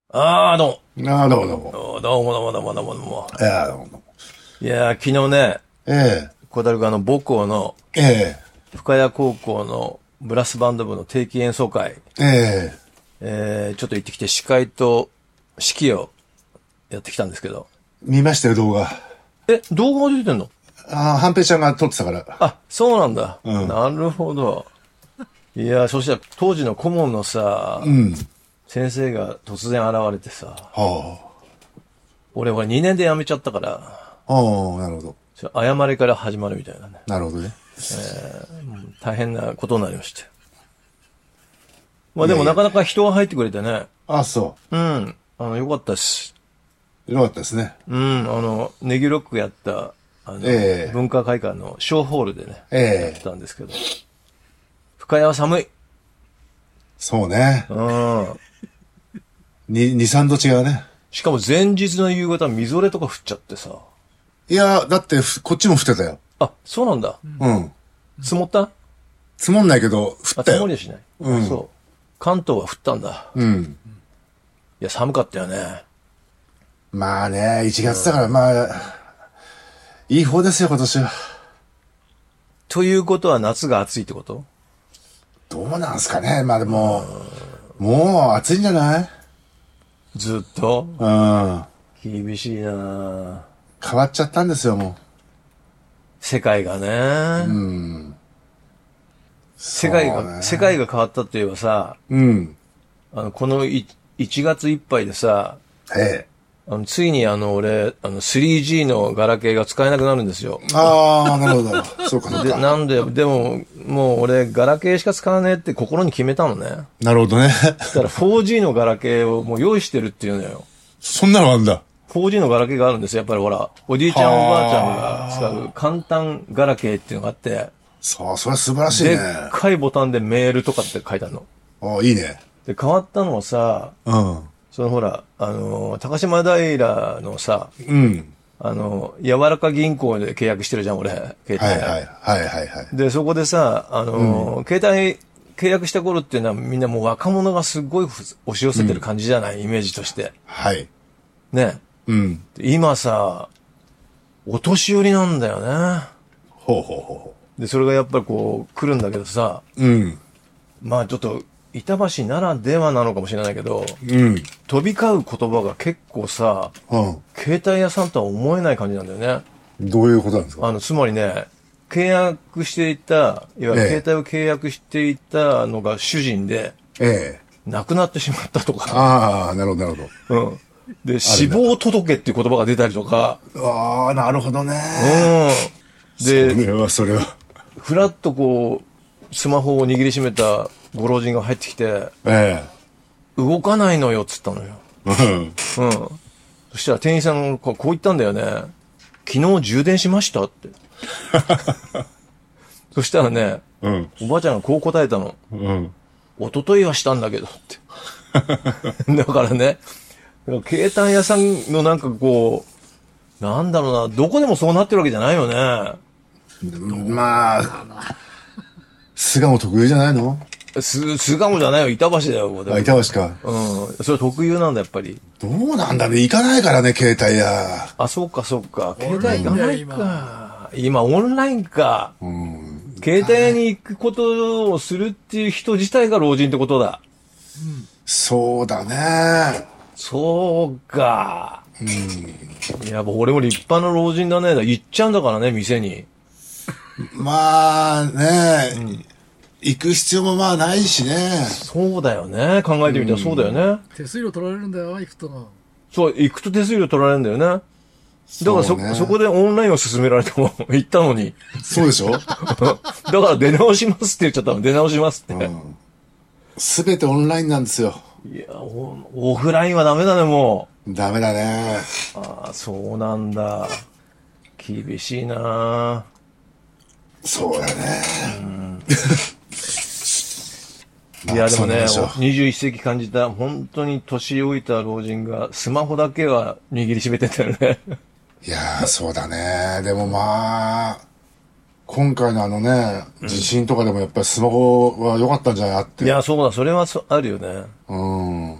ああ、どああ、どうもどううも。 も。どうもどうもどうもどうもどうも。 いや、どうもどうも。 いやー、昨日ね、 え小樽が母校のえ、え深谷高校のブラスバンド部の定期演奏会、 え、 ちょっと行ってきて司会と指揮をやってきたんですけど。 見ましたよ、動画。 動画が出てんの？ ああ、半平ちゃんが撮ってたから。 あ、そうなんだ。 うんなるほど。いやー、そしたら当時の顧問のさ、 うん。 先生が突然現れてさ、 は俺は2年で辞めちゃったから、 あ。ああ、なるほど。 謝りから始まるみたいなね。 なるほどね。 大変なことになりまして。まあでもなかなか人が入ってくれてね。 ああ、そうん。よかったです。 う。よかったですね。 うん。ネギロックやった、 ええ文化会館の小ホールでね、 ええやってたんですけど。深谷は寒い。 そうね。 うん。 2、3度違うね。 しかも前日の夕方、みぞれとか降っちゃってさ。 いや、だってこっちも降ってたよ。 あ、そうなんだ。 うん。 積もった？ 積もんないけど、降ったよ積もり。はしない。 うんそう。関東は降ったんだ。 うん。 いや、寒かったよね。 まあね、1月だから、まあ、いい方ですよ、今年は。 ということは夏が暑いってこと？ どうなんすかね。まあでも、もう暑いんじゃない？ ずっとうん。 厳しいなぁ。 変わっちゃったんですよ、も世界がね。 う。うん。 世界が、 そうね世界が変わったといえばさ、 うん。 この1月いっぱいでさ、 ええ。 ついに俺、3G のガラケーが使えなくなるんですよ。 ああ、なるほど。そうか、そうで、 か。 なんで、でも、もう俺、ガラケーしか使わねえって心に決めたのね。 なるほどね。 そしたら 4G のガラケーをもう用意してるっていうのよ。 そんなのあんだ。 4G のガラケーがあるんですよ。やっぱりほら、おじいちゃんおばあちゃんが使う簡単ガラケーっていうのがあって、 そう、それは素晴らしいでっね。 かいボタンでメールとかって書いてあるの。 ああ、いいね。 で、変わったのはさ、 うん。 そのほら、高島平のさ、 うん。 柔らか銀行で契約してるじゃん、俺、携帯。 はいはい。はいはいはい。 で、そこでさ、携帯契約した頃っていうのはみんなもう若者がすごい押し寄せてる感じじゃない、イメージとして。 はい。 ね。 うん。 で今さ、お年寄りなんだよね。 ほうほうほで、それがやっぱりこう、来るんだけどさ、 う。うん。 まあちょっと、板橋ならではなのかもしれないけど、 うん。 飛び交う言葉が結構さ、 うん。 携帯屋さんとは思えない感じなんだよね。 どういうことなんですか？ つまりね、契約していた、いわゆるええ携帯を契約していたのが主人で、 ええ。 亡くなってしまったとか、 ああ、なるほど、なるほうん。で、死亡届っていう言葉が出たりとか、 ど。ああ、なるほどね。 うん。で、 それは。 ふらっとこう、スマホを握りしめたご老人が入ってきて、 え動かないのよっつったのよ。 え。うん。 うん。そしたら店員さんがこう言ったんだよね。昨日充電しましたって。そしたらね、 うん。 おばあちゃんがこう答えたの。 うん。 一昨日はしたんだけどって。だからね、携帯屋さんのなんかこう、なんだろうな、どこでもそうなってるわけじゃないよね。 まあ、巣鴨特有じゃないの？ 巣鴨じゃないよ、板橋だよ、もうでもあ、板橋か。 うん。それは特有なんだ、やっぱり。 どうなんだね。行かないからね、携帯や。 あ、そうか、そうか。携帯行かないか。今、オンラインか。 うん。 携帯屋に行くことをするっていう人自体が老人ってことだ。 そうだね。 そうか。いや、俺も立派な老人だね。行っちゃうんだからね、店に。 まあね、行く必要もまあないしね。 そうだよね。考えてみたらそうだよね。 手数料取られるんだよ、行くと。 そう、行くと手数料取られるんだよね。だからそうねそこでオンラインを勧められても行ったのに。 そうでしょ？ だから出直しますって言っちゃったの。出直しますって。 すべてオンラインなんですよ。 いや、オフラインはダメだね、もダメだね。 う。ああ、そうなんだ。厳しいな。 そうだね。 いや、でもね、 そうなんで 21世紀感じた、本当に年老いた老人が、スマホだけは握りしめてたよね。 いやー、そうだね。でもまあ、今回の地震とかでもやっぱりスマホは良かったんじゃないって。 いや、そうだ、それはあるよね。 うん。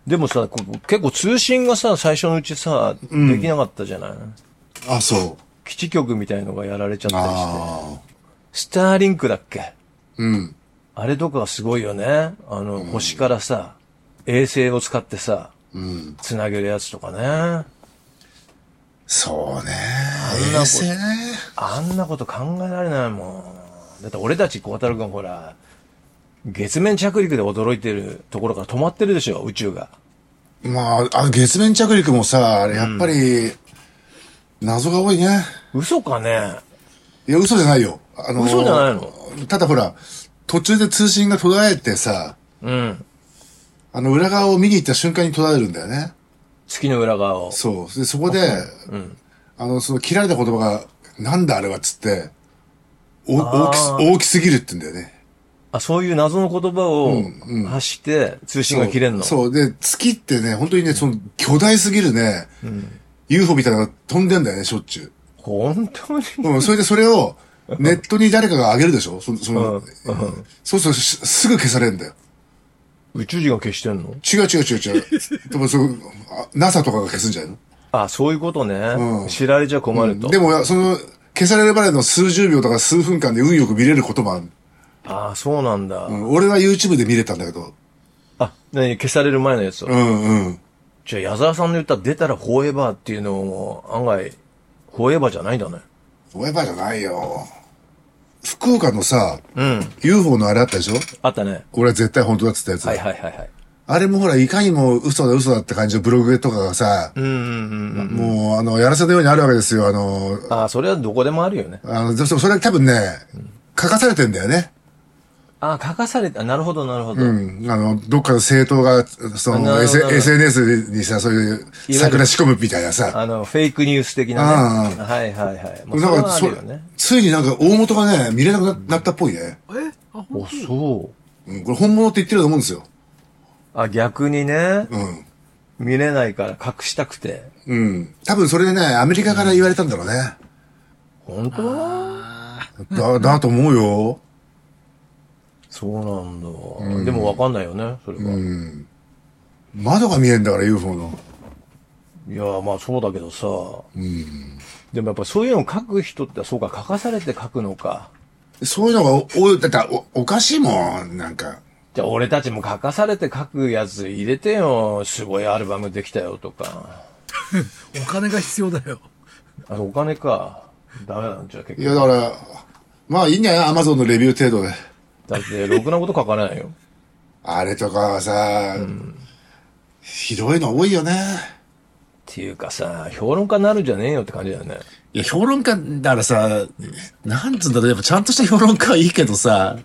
でもさ、結構通信がさ、最初のうちさ、できなかったじゃない、 あ、そう。 基地局みたいのがやられちゃったりして。 ああ。 スターリンクだっけ、 うん。 あれとかがすごいよね。星からさ、衛星を使ってさ、つなげるやつとかね。 そうね。 な衛星ね。 あんなこと考えられないもん。だって俺たち小太郎くんほら、月面着陸で驚いてるところから止まってるでしょ、宇宙が。 まあ、月面着陸もさ、あれやっぱり、謎が多いね。 嘘かね。 いや、嘘じゃないよ。 嘘じゃないの？ ただほら、途中で通信が途絶えてさ、 うん。 裏側を見に行った瞬間に途絶えるんだよね。 月の裏側を。 そう。で、そこで、その切られた言葉が、なんだあれはっつって、大きすぎるって言うんだよね。 あ、そういう謎の言葉を発して通信が切れんの？ そう。で、月ってね、本当にね、その巨大すぎるね、UFO みたいなのが飛んでんだよね、しょっちゅう。 本当に？ それでそれを、ネットに誰かが上げるでしょそうすぐ消されるんだよ。 宇宙人が消してんの？ 違う。でもNASA とかが消すんじゃないの？ あ、そういうことね。知られちゃ困ると。 でも、消されるまでの数十秒とか数分間で運よく見れることもある。 ああ、そうなんだ。 俺は YouTube で見れたんだけど。 あ、消される前のやつを。じゃあ、矢沢さんの言った出たらフォーエバーっていうのも案外、フォーエバーじゃないんだね。 フォーエバーじゃないよ。福岡のさ、UFO のあれあったでしょ？ あったね。 俺は絶対本当だって言ったやつ。 はい。 あれもほら、いかにも嘘だって感じのブログとかがさ、もう、やらせのようにあるわけですよ、 ああ、それはどこでもあるよね。 それは多分ね、書かされてんだよね。 ああ、書かされた。なるほど。 どっかの政党が、SNS にさ、そういう桜仕込むみたいなさ。 フェイクニュース的なね。はい。 もうなんかついになんか大元がね、見れなくなったっぽいね。 お、そう。 これ本物って言ってると思うんですよ。 あ、逆にね。見れないから隠したくて。 多分それでね、アメリカから言われたんだろうね。 本当？ だと思うよ。 そうなんだ。でもわかんないよね、それは。 窓が見えんだから、UFO の。 いや、まあそうだけどさ。でもやっぱそういうのを書く人って、そうか、書かされて書くのか。 そういうのがだっておかしいもん、なんか。 じゃあ俺たちも書かされて書くやつ入れてよ。すごいアルバムできたよとか。 お金が必要だよ。 あ、お金か。ダメなんじゃ結構。 いや、だから、まあいいんじゃない？ Amazon のレビュー程度で。 だって、ろくなこと書かないよ。 あれとかはさ、ひどいの多いよね。 っていうかさ、評論家になるんじゃねえよって感じだよね。 いや、評論家、だからさ、なんつうんだろう、やっぱちゃんとした評論家はいいけどさ、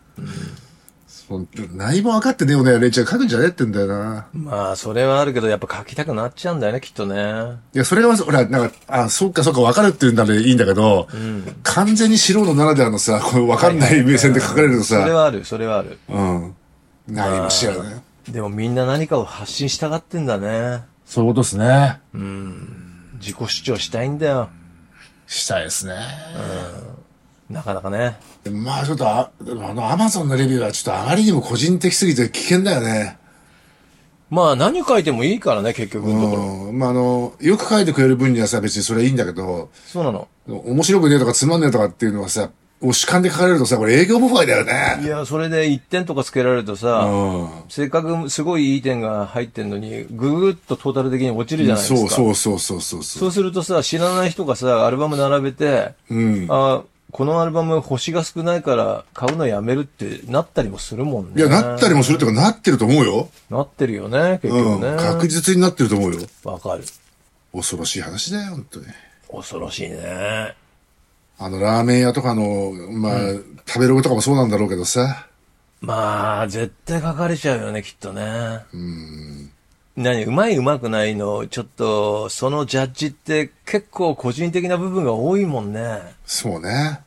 何も分かってねえよね、レイちゃん書くんじゃねえってんだよな。 まあ、それはあるけど、やっぱ書きたくなっちゃうんだよね、きっとね。 いや、それは、ほら、なんか、そっか、分かるって言うんだらいいんだけど、完全に素人ならではのさ、これ分かんない目線で書かれるとさ。 それはある。 何も知らない。 でもみんな何かを発信したがってんだね。 そういうことですね。 自己主張したいんだよ。 したいですね。 なかなかね。 まあちょっと、アマゾンのレビューはちょっとあまりにも個人的すぎて危険だよね。 まあ何書いてもいいからね、結局のところ。 まあよく書いてくれる分にはさ、別にそれはいいんだけど。 そうなの。 面白くねえとかつまんねえとかっていうのはさ、主観で書かれるとさ、これ営業妨害だよね。 いや、それで1点とかつけられるとさ、せっかくすごいいい点が入ってんのに、ぐぐっとトータル的に落ちるじゃないですか。そうするとさ、知らない人がさ、アルバム並べて、このアルバム星が少ないから買うのやめるってなったりもするもんね。 いや、なったりもするっていうか、なってると思うよ。 なってるよね、結局ね。 確実になってると思うよ。 わかる。 恐ろしい話だよ、本当に。 恐ろしいね。 ラーメン屋とかの、まあ、食べログとかもそうなんだろうけどさ。 まあ、絶対書かれちゃうよね、きっとね。うまいうまくないの、ちょっと、そのジャッジって結構個人的な部分が多いもんね。 そうね。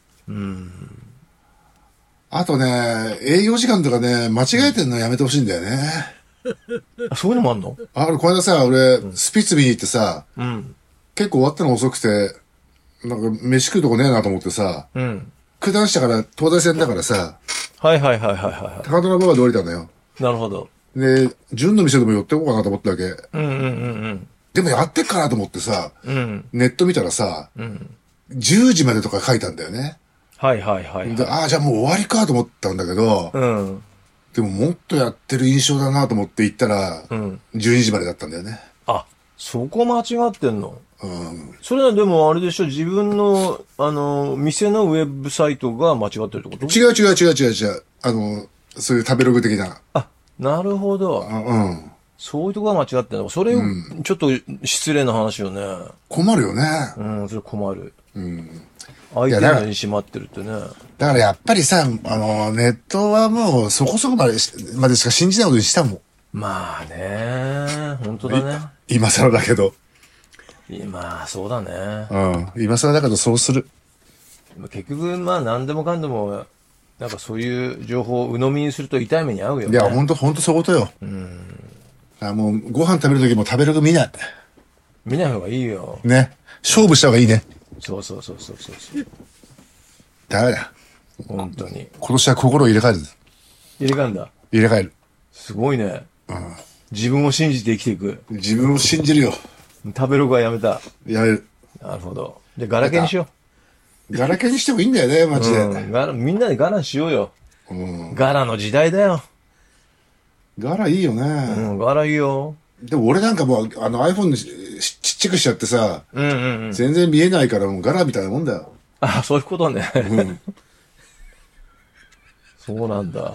あとね、営業時間とかね、間違えてんのやめてほしいんだよね。 そういうのもあんの？ この間さ、俺、スピッツ見に行ってさ、結構終わったの遅くて、なんか、飯食うとこねえなと思ってさ、九段下から東西線だからさ、 はい。 高田馬場で降りたんだよ。 なるほど。 で、純の店でも寄ってこうかなと思ったわけ。 うんうんうんうん。 でもやってっかなと思ってさ、 うん。 ネット見たらさ、 うん。 10時までとか書いたんだよね。 はいはいはい、はい。 で、ああ、じゃあもう終わりかと思ったんだけど、 うん。 でももっとやってる印象だなと思って行ったら、 うん。 12時までだったんだよね。 あ、そこ間違ってんの？ うん。 それはでもあれでしょ、自分の、店のウェブサイトが間違ってるってこと？ 違う。そういう食べログ的な。 あ、なるほど。 うん。 そういうとこが間違ってんの。それ、ちょっと失礼な話よね。 困るよね。 うん、それ困る。 うん。 相手のに閉まってるってね。 だからやっぱりさ、ネットはもうそこそこまでしか信じないことにしたもん。 まあね、本当だね。 今更だけど。 まあ、そうだね。 うん。今更だけどそうする。 結局、まあ何でもかんでも、なんかそういう情報を鵜呑みにすると痛い目に遭うよね。 いや、ほんとそういうことよ。もう、ご飯食べるときも食べログ見ない。 見ない方がいいよ。 ね。勝負した方がいいね。 そう。 ダメだ。 本当に。 今年は心を入れ替える。 入れ替えんだ。 入れ替える。 すごいね。自分を信じて生きていく。 自分を信じるよ。 食べログはやめた。 やめる。 なるほど。じゃあガラケーにしよう。ガラケーにしてもいいんだよね、マジで。 みんなでガラしようよ。ガラの時代だよ。 ガラいいよね。 ガラいいよ。 でも俺なんかもう、iPhone ちっちゃくしちゃってさ、全然見えないからもうガラみたいなもんだよ。 あ、そういうことね。そうなんだ。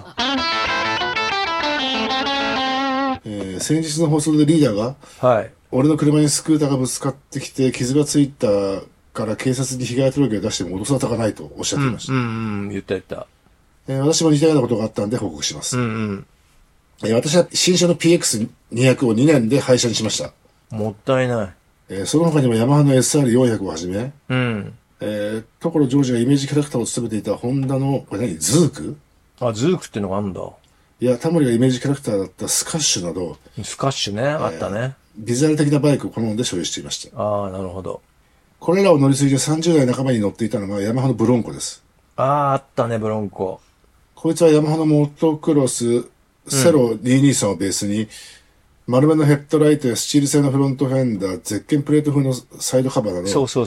先日の放送でリーダーが、 はい。 俺の車にスクーターがぶつかってきて、傷がついたから警察に被害届を出しても脅さたかないとおっしゃっていました。 言った。。 私も似たようなことがあったんで報告します。私は新車の PX200 を2年で廃車にしました。 もったいない。 その他にもヤマハの SR400 をはじめ、所ジョージがイメージキャラクターを務めていたホンダの、これ何ズーク？ あ、ズークってのがあるんだ。 いや、タモリがイメージキャラクターだったスカッシュなど、 スカッシュね、あったね。 ビジュアル的なバイクを好んで所有していました。 ああ、なるほど。 これらを乗り継いで30代半ばに乗っていたのがヤマハのブロンコです。 あったね、ブロンコ。 こいつはヤマハのモトクロス、セロ223をベースに、丸めのヘッドライトやスチール製のフロントフェンダー、ゼッケンプレート風のサイドカバーなど、 そう。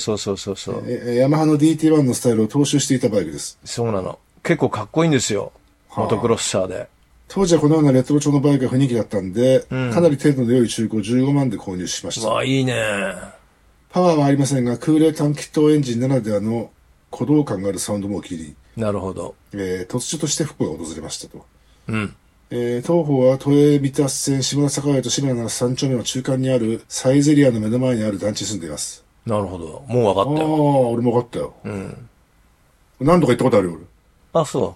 ヤマハの DT1 のスタイルを踏襲していたバイクです。 そうなの。結構かっこいいんですよ。モトクロッサーで。 当時はこのようなレトロ調のバイクが雰囲気だったんで、かなり程度の良い中古を15万で購入しました。 わあ、いいね。 パワーはありませんが、空冷短気筒エンジンならではの鼓動感があるサウンドも切り、 なるほど。 突如として福が訪れましたと。 当方は都営三田線志村坂上と志村3丁目の中間にあるサイゼリアの目の前にある団地に住んでいます。 なるほど。もう分かったよ。 ああ、俺も分かったよ。何度か行ったことあるよ、 俺。あ、そう。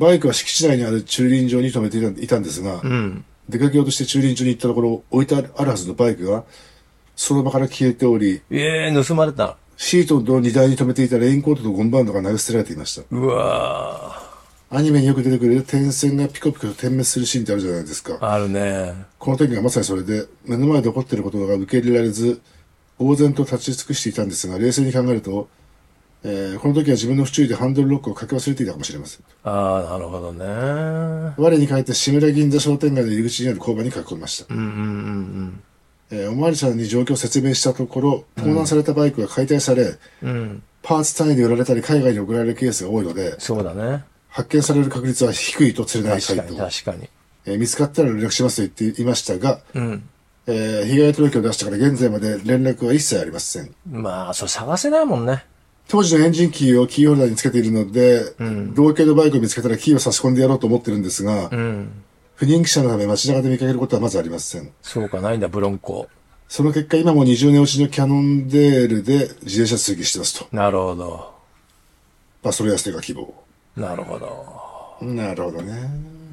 バイクは敷地内にある駐輪場に停めていたんですが、出かけようとして駐輪場に行ったところ、置いてあるはずのバイクが、その場から消えており、 盗まれた。 シートの荷台に停めていたレインコートとゴムバンドが投げ捨てられていました。 うわアニメによく出てくる点線がピコピコと点滅するシーンってあるじゃないですか。 あるね。 この時がまさにそれで、目の前で起こっていることが受け入れられず、呆然と立ち尽くしていたんですが、冷静に考えると、この時は自分の不注意でハンドルロックをかけ忘れていたかもしれません。 ああ、なるほどね。 我に帰って志村銀座商店街の入り口にある交番に駆け込みました。おまわりさんに状況を説明したところ、盗難されたバイクが解体され、パーツ単位で売られたり海外に送られるケースが多いので、 そうだね。 発見される確率は低いと釣れない回答。 確かに。 見つかったら連絡しますと言っていましたが、被害届を出してから現在まで連絡は一切ありません。 まあ、それ探せないもんね。 当時のエンジンキーをキーホルダーにつけているので、同型のバイクを見つけたらキーを差し込んでやろうと思ってるんですが、不人気者のため街中で見かけることはまずありません。 そうか、ないんだ、ブロンコ。 その結果、今も20年落ちのキャノンデールで自転車追記してますと。 なるほど。 バスロヤステが希望。 なるほど。 なるほどね。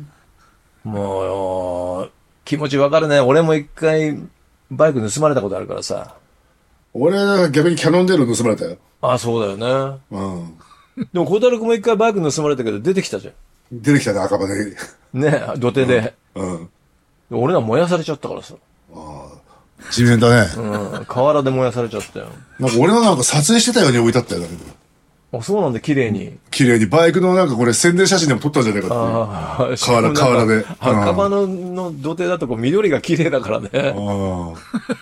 もう、気持ちわかるね。俺も一回、バイク盗まれたことあるからさ。 俺は逆にキャノンデール盗まれたよ。 あ、そうだよね。でも、小太郎君も一回バイク盗まれたけど、出てきたじゃん。 出てきたね、赤羽で。 ね、土手で。俺ら燃やされちゃったからさ。 地面だね。 河原で燃やされちゃったよ。 なんか俺はなんか撮影してたように置いてあったよね。 あ、そうなんだ、綺麗に。 綺麗に。バイクのなんかこれ宣伝写真でも撮ったんじゃないかっていう。 ああ、 河原で。 赤羽の土手だとこう緑が綺麗だからね。 ああ。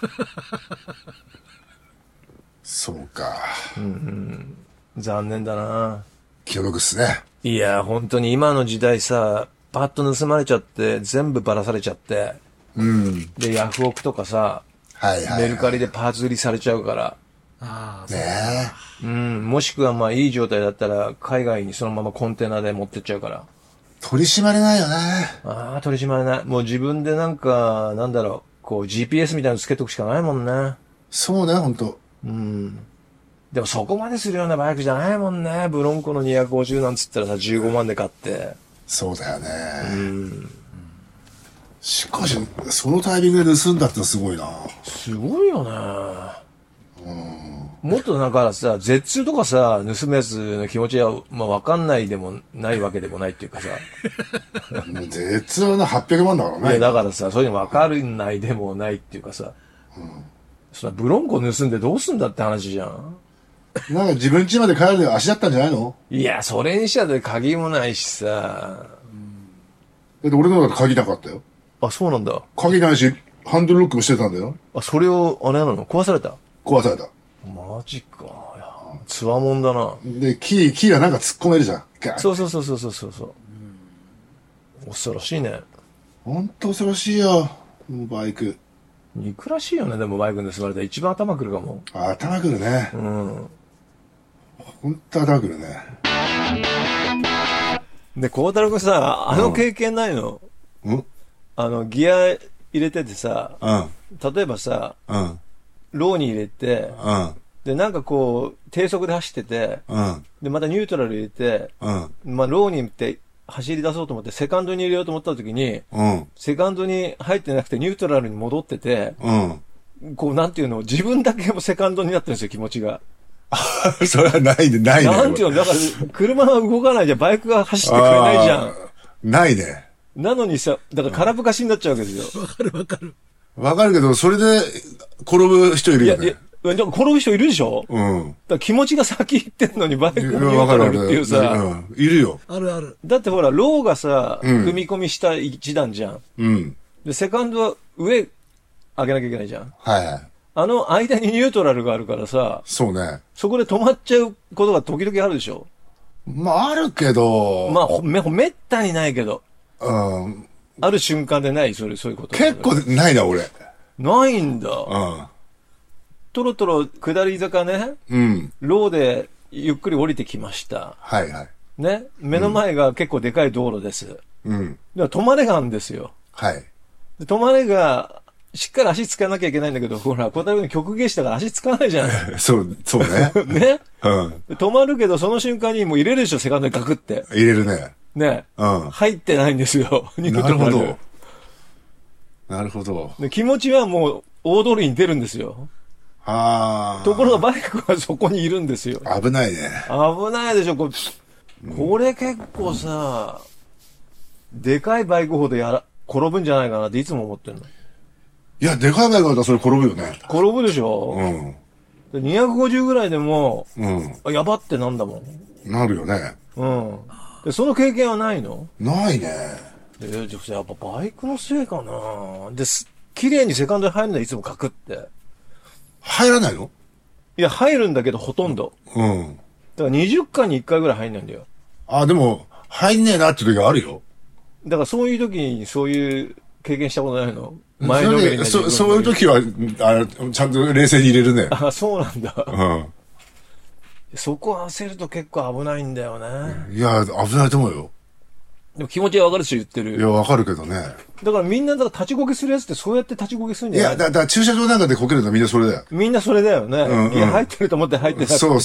そうか。 残念だな。 気の毒っすね。 いや、本当に今の時代さ、パッと盗まれちゃって、全部ばらされちゃって、で、ヤフオクとかさ、メルカリでパーツ売りされちゃうから。 ああ、 ねえ。もしくはまあいい状態だったら、海外にそのままコンテナで持ってっちゃうから。 取り締まれないよね。 ああ、取り締まれない。もう自分でなんか、なんだろう、こう GPS みたいなのつけとくしかないもんね。 そうね、ほんと。 でもそこまでするようなバイクじゃないもんね。ブロンコの250なんつったらさ、15万で買って。 そうだよね。しかし、そのタイミングで盗んだってのはすごいな。 すごいよね。もっとだからさ、Z2とかさ、盗むやつの気持ちは、まあわかんないでもないわけでもないっていうかさ。 Z2 の800万だからね。 いや、だからさ、そういうのわかるないでもないっていうかさ。そんなブロンコ盗んでどうすんだって話じゃん。 なんか自分家まで帰るの足だったんじゃないの？ いや、それにしちゃって鍵もないしさ。だって俺のだって鍵なかったよ。 あ、そうなんだ。 鍵ないし、ハンドルロックもしてたんだよ。 あ、それを、あれなの壊された？ 壊された。 マジか。つわもんだな。 で、キーはなんか突っ込めるじゃん。 そう。恐ろしいね。 ほんと恐ろしいよ。バイク。 憎らしいよね、でもバイク盗まれたら一番頭くるかも。 頭くるね。ほんと頭くるね。 で、孝太郎君さ、あの経験ないの？ギア入れててさ、例えばさ、ローに入れて、で、なんかこう、低速で走ってて、で、またニュートラル入れて、まあ、ローに行って走り出そうと思って、セカンドに入れようと思った時に、セカンドに入ってなくてニュートラルに戻ってて、こう、なんていうの、自分だけもセカンドになってるんですよ、気持ちが。 それはないね。 なんていうの、だから、車は動かないじゃん、バイクが走ってくれないじゃん。 ないね。 なのにさ、だから空ぶかしになっちゃうわけですよ。 わかるけど、それで転ぶ人いるよね。 転ぶ人いるでしょ？だから気持ちが先行ってんのにバイクにニュートラルっていうさ。 いるよ。 あるある。 だってほら、ローがさ、踏み込み下一段じゃん。で、セカンドは上上げなきゃいけないじゃん。あの間にニュートラルがあるからさ。 そうね。 そこで止まっちゃうことが時々あるでしょ？ まあ、あるけど。 まあ、めったにないけど。ある瞬間でない、そういうこと。 結構ないな、俺。 ないんだ。トロトロ下り坂ね。ローでゆっくり降りてきました。ね。目の前が結構でかい道路です。だから止まれがあるんですよ。止まれが、しっかり足つかなきゃいけないんだけど、ほら、小太郎君曲芸師だから足つかないじゃん。 そうね。 ね。止まるけど、その瞬間にもう入れるでしょ、セカンドにガクって。 入れるね。 ね。入ってないんですよ。 なるほど。なるほど。 で気持ちはもう大通りに出るんですよ。ところがバイクはそこにいるんですよ。 危ないね。 危ないでしょ。これ結構さ、でかいバイクほど転ぶんじゃないかなっていつも思ってんの。 いや、でかいバイクだったらそれ転ぶよね。 転ぶでしょ。250ぐらいでも、やばってなんだもん。なるよね。 でその経験はないの？ ないね。 やっぱバイクのせいかな。で、綺麗にセカンドに入るのはいつもガクって。 入らないの？ いや、入るんだけどほとんど。だから20回に1回ぐらい入んないんだよ。 でも、入んねえなって時あるよ。 だからそういう時にそういう経験したことないの？前のめりな自分そういう時は、ちゃんと冷静に入れるね。 そうなんだ。そこ焦ると結構危ないんだよね。 いや、危ないと思うよ。 でも気持ちはわかるし言ってる。 いや、わかるけどね。 だからみんな立ちこけするやつってそうやって立ちこけするんじゃない？ いや、だから駐車場なんかでこけるのはみんなそれだよ。 みんなそれだよね。いや、入ってると思って入ってなくて。 そう。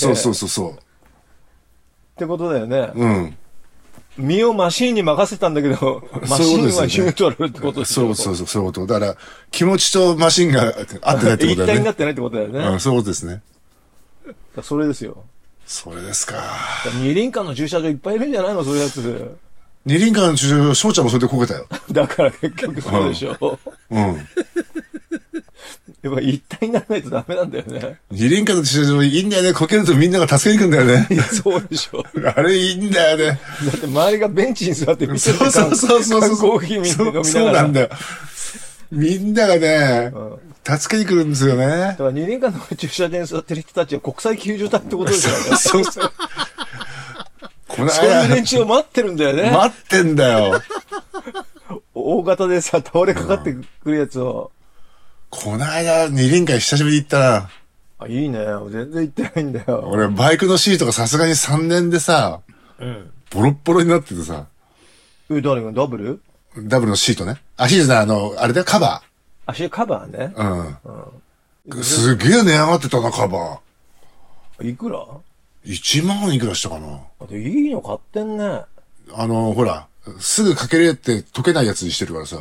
ってことだよね。身をマシーンに任せたんだけど、マシーンはニュートラルってことですよ。 そういうこと。だから、気持ちとマシンが合ってないってことだよね。 一体になってないってことだよね。 そういうことですね。 それですよ。 それですか。 二輪館の駐車場いっぱいいるんじゃないの？そういうやつ。 二輪館の駐車場、翔ちゃんもそれでこけたよ。 だから結局そうでしょ。 やっぱ一体にならないとダメなんだよね。 二輪館の駐車場いいんだよね。こけるとみんなが助けに行くんだよね。 いや、そうでしょ。 あれいいんだよね。 だって周りがベンチに座って見てるから、 そうコーヒー見て飲みながら。 そうなんだよ。みんながね、助けに来るんですよね。だから二輪館の駐車場に座ってる人たちは国際救助隊ってことですよね。 そうそう。 そういう連中を待ってるんだよね。 待ってんだよ。 大型でさ、倒れかかってくるやつを。 この間、二輪館久しぶりに行ったな。 あ、いいね。全然行ってないんだよ。 俺、バイクのシートがさすがに3年でさ、ボロッボロになっててさ。 誰がダブルのシートね。あ、シートだ、あれだよ、カバー。カバーね。 すげえ値上がってたな、カバー。いくら ?1 万いくらしたかな。 いいの買ってんね。 ほら、すぐかけれって溶けないやつにしてるからさ。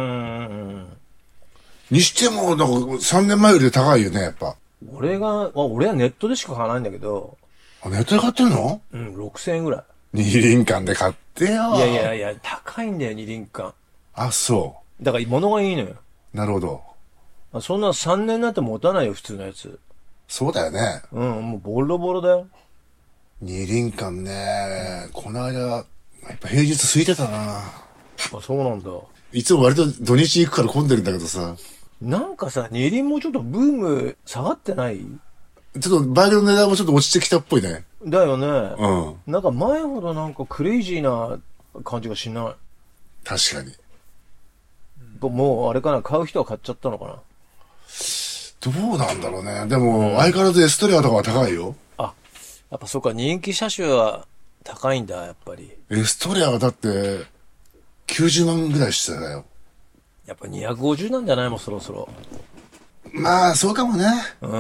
にしても、なんか3年前より高いよね、やっぱ。 俺はネットでしか買わないんだけど。 ネットで買ってるの 6000円ぐらい。 二輪館で買ってよ。 いや、高いんだよ、二輪館。 あ、そう。 だから物がいいのよ。 なるほど。 そんな3年なんて持たないよ、普通のやつ。 そうだよね。 もうボロボロだよ。 二輪館ね、この間、やっぱ平日空いてたな。 あ、そうなんだ。 いつも割と土日行くから混んでるんだけどさ。 なんかさ、二輪もちょっとブーム下がってない？ ちょっとバイクの値段もちょっと落ちてきたっぽいね。 だよね。なんか前ほどなんかクレイジーな感じがしない。 確かに。 もうあれかな、買う人は買っちゃったのかな。 どうなんだろうね。でも、相変わらずエストレアとかは高いよ。 あ、やっぱそうか、人気車種は高いんだ、やっぱり。 エストレアがだって、90万ぐらいしてたよ。 やっぱ250なんじゃないもん、そろそろ。 まあ、そうかもね。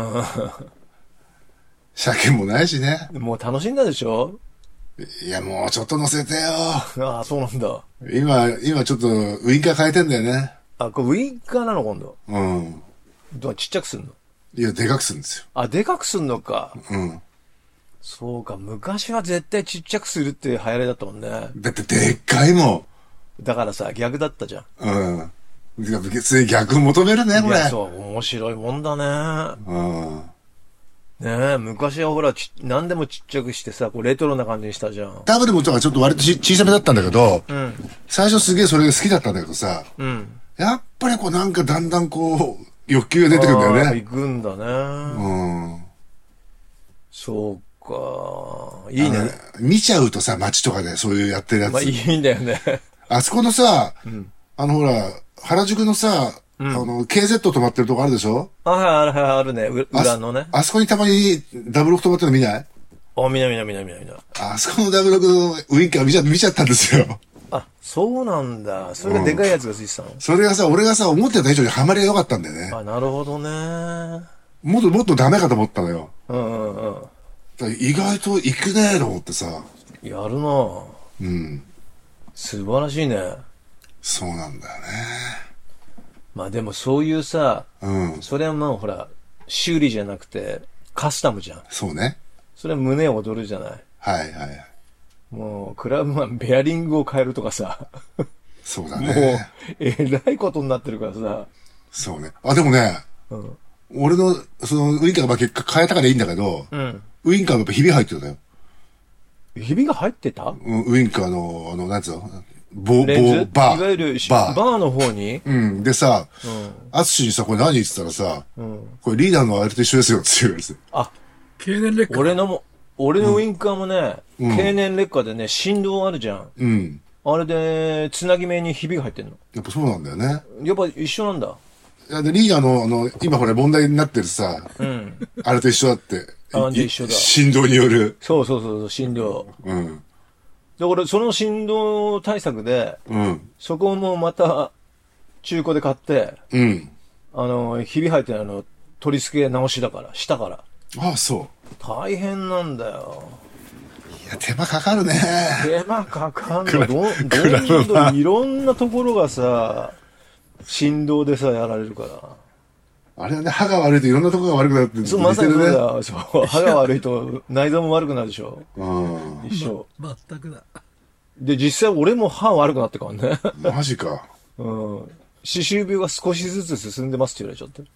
車検もないしね。 もう楽しんだでしょ？ いや、もうちょっと乗せてよ。 ああ、そうなんだ。 今ちょっとウインカー変えてんだよね。 あ、これウインカーなの今度。ちっちゃくすんの？ いや、でかくするんですよ。 あ、でかくすんのか。そうか、昔は絶対ちっちゃくするっていう流行りだったもんね。 だってでっかいもん。だからさ、逆だったじゃん。別に逆求めるね、これ。 そう、面白いもんだね。ねえ、昔はほら、何でもちっちゃくしてさ、こうレトロな感じにしたじゃん。 ダブルもちょっと割と小さめだったんだけど、最初すげえそれが好きだったんだけどさ、やっぱりこうなんかだんだんこう、欲求が出てくるんだよね。 行くんだね。そうか。いいね。 見ちゃうとさ、街とかでそういうやってるやつ。 まあいいんだよね。 あそこのさ、ほら、原宿のさ、KZ 止まってるとこあるでしょ？ あるね。裏のね。 あそこにたまにダブロク止まってるの見ない？ 見ない。 あそこのダブロクのウインカー見ちゃったんですよ。 あ、そうなんだ。それがでかいやつがついてたの？ それがさ、俺がさ、思ってた以上にハマりが良かったんだよね。 あ、なるほどね。 もっとダメかと思ったのよ。意外と行くねーと思ってさ。 やるな素晴らしいね。 そうなんだよね。 まあでもそういうさ、それはまあほら、修理じゃなくて、カスタムじゃん。 そうね。 それは胸を躍るじゃない。 はい。 もう、クラブマン、ベアリングを変えるとかさ。 そうだね。 もう、えらいことになってるからさ。 そうね。あ、でもね、俺の、その、ウインカーが結果変えたからいいんだけど、ウインカーがやっぱひび入ってたよ。 ひびが入ってた？ ウインカーの、なんつうのバー。いわゆる、バーの方に？ でさ、アツシにさ、これ何言ってたらさ、これリーダーのあれと一緒ですよって言うやつ。 あ、 経年劣化。 俺のウインカーもね、経年劣化でね、振動あるじゃん。あれで、つなぎ目にひびが入ってんの。 やっぱそうなんだよね。 やっぱ一緒なんだ。 リーダーの、今ほら問題になってるさ、あれと一緒だって。 一緒だ。 振動による。 そう、振動。だからその振動対策で、そこもまた中古で買って、ひび入ってないの取り付け直しだから、したから。 ああ、そう。 大変なんだよ。 いや、手間かかるね。 手間かかんの。どんいろんなところがさ、振動でさ、やられるから。 あれはね、歯が悪いといろんなところが悪くなってる。 そう、まさにそうだ。そう、歯が悪いと内臓も悪くなるでしょ。一緒。 全くだ。 で、実際俺も歯悪くなってからね。 マジか。 歯周病が少しずつ進んでますって言われちゃって。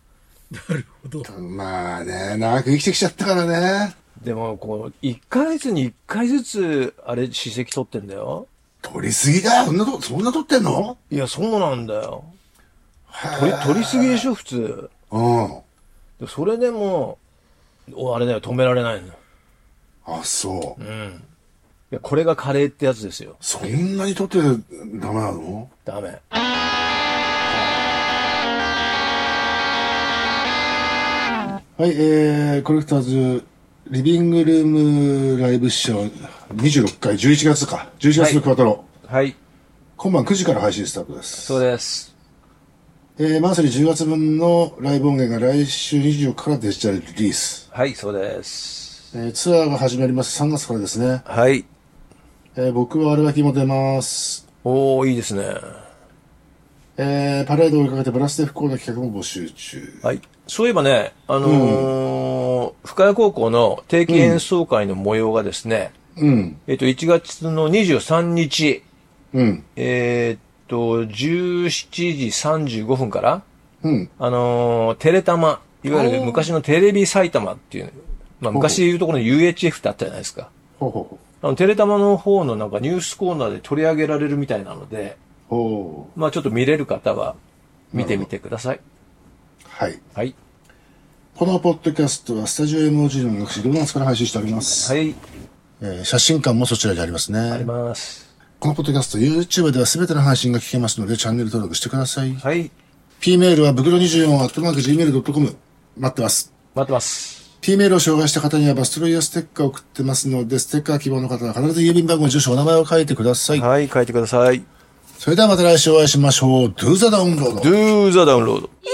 なるほど。 まあね、長く生きてきちゃったからね。 でも、こう、1ヶ月に1回ずつ、あれ、歯石取ってんだよ。 取りすぎだよ。そんな取ってんの？ いや、そうなんだよ。取りすぎでしょ、普通。それでも、あれだよ、止められないの。 あ、そう。 いや、これが加齢ってやつですよ。 そんなに取ってダメなの？ ダメ。 はい、コレクターズリビングルームライブショー26回11月か。11月のクワトロ。 はい。 今晩9時から配信スタートです。 そうです。 マンスリー10月分のライブ音源が来週24日からデジタルリリース。 はい、そうです。 ツアーが始まります3月からですね。 はい。 僕は悪ガキも出ます。 おー、いいですね。 パレードを追いかけてブラステ不幸な企画も募集中。 はい。そういえばね、深谷高校の定期演奏会の模様がですね、1月の23日、17時35分から、テレタマ、いわゆる昔のテレビ埼玉っていう、まあ昔言うところの UHF ってあったじゃないですか。テレタマの方のなんかニュースコーナーで取り上げられるみたいなので、まあちょっと見れる方は見てみてください。 はい。 はい。 このポッドキャストはスタジオ MOG の音楽誌ドーナツから配信しております。 はい。 写真館もそちらにありますね。 あります。 このポッドキャスト YouTube では全ての配信が聞けますのでチャンネル登録してください。 はい。 P メールはブクロ24@gmail.com 待ってます。 待ってます。 P メールを紹介した方にはバストロイヤーステッカーを送ってますので、ステッカー希望の方は必ず郵便番号、住所、お名前を書いてください。 はい、書いてください。 それではまた来週お会いしましょう。Do the download. Do the download.